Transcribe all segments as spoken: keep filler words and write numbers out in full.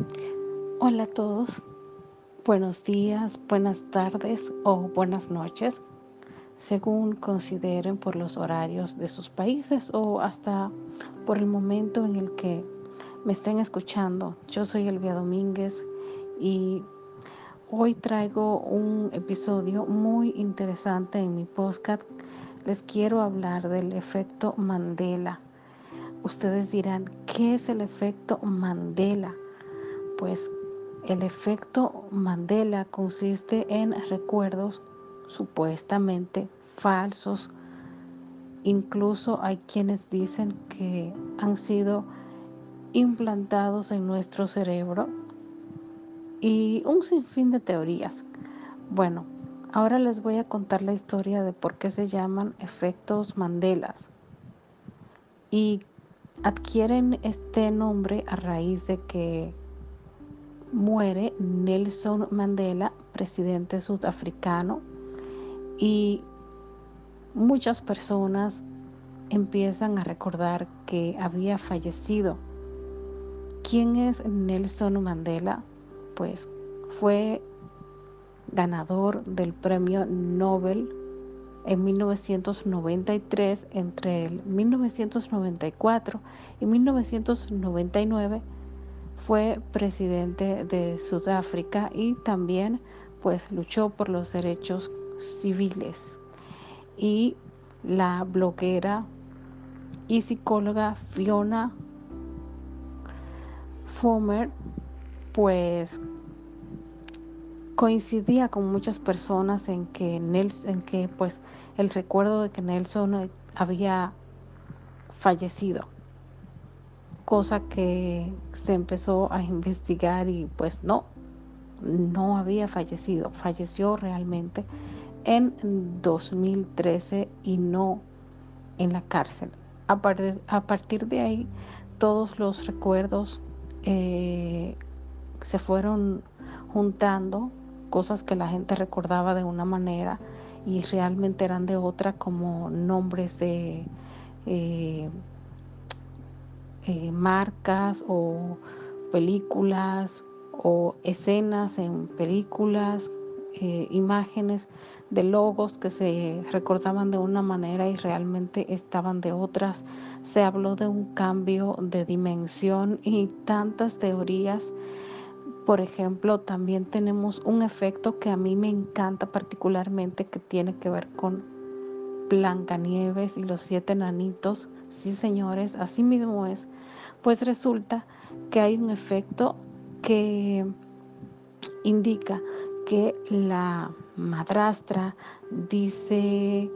Hola a todos, buenos días, buenas tardes o buenas noches, según consideren por los horarios de sus países o hasta por el momento en el que me estén escuchando. Yo soy Elvia Domínguez y hoy traigo un episodio muy interesante en mi podcast. Les quiero hablar del efecto Mandela. Ustedes dirán, ¿qué es el efecto Mandela? Pues el efecto Mandela consiste en recuerdos supuestamente falsos. Incluso hay quienes dicen que han sido implantados en nuestro cerebro y un sinfín de teorías. Bueno, ahora les voy a contar la historia de por qué se llaman efectos Mandelas. Y adquieren este nombre a raíz de que muere Nelson Mandela, presidente sudafricano, y muchas personas empiezan a recordar que había fallecido. ¿Quién es Nelson Mandela? Pues fue ganador del premio Nobel en mil novecientos noventa y tres. Entre el mil novecientos noventa y cuatro y mil novecientos noventa y nueve fue presidente de Sudáfrica y también pues luchó por los derechos civiles. Y la bloguera y psicóloga Fiona Fomer pues coincidía con muchas personas en que Nelson, en que pues el recuerdo de que Nelson había fallecido, cosa que se empezó a investigar y pues no, no había fallecido, falleció realmente en dos mil trece y no en la cárcel. A partir, a partir de ahí, todos los recuerdos eh, se fueron juntando, cosas que la gente recordaba de una manera y realmente eran de otra, como nombres de eh, eh, marcas o películas o escenas en películas, eh, imágenes de logos que se recordaban de una manera y realmente estaban de otras. Se habló de un cambio de dimensión y tantas teorías. Por ejemplo, también tenemos un efecto que a mí me encanta particularmente, que tiene que ver con Blancanieves y los siete enanitos. Sí, señores, así mismo es. Pues resulta que hay un efecto que indica que la madrastra dice,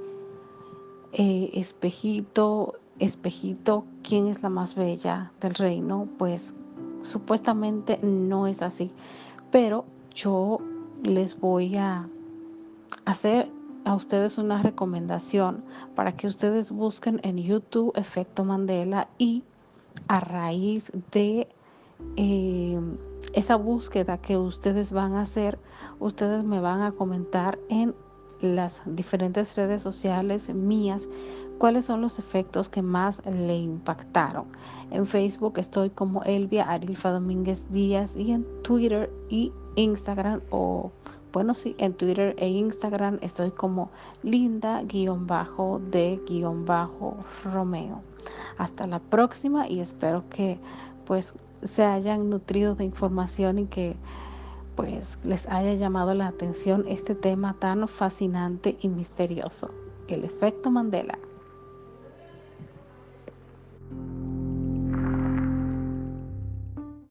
eh, espejito, espejito, ¿quién es la más bella del reino? Pues supuestamente no es así, pero yo les voy a hacer a ustedes una recomendación para que ustedes busquen en YouTube efecto Mandela y a raíz de eh, esa búsqueda que ustedes van a hacer, ustedes me van a comentar en las diferentes redes sociales mías cuáles son los efectos que más le impactaron. En Facebook estoy como Elvia Arilfa Domínguez Díaz y en Twitter y Instagram, o bueno, sí, en Twitter e Instagram estoy como Linda-de-Romeo. Hasta la próxima y espero que pues se hayan nutrido de información y que pues les haya llamado la atención este tema tan fascinante y misterioso, el efecto Mandela.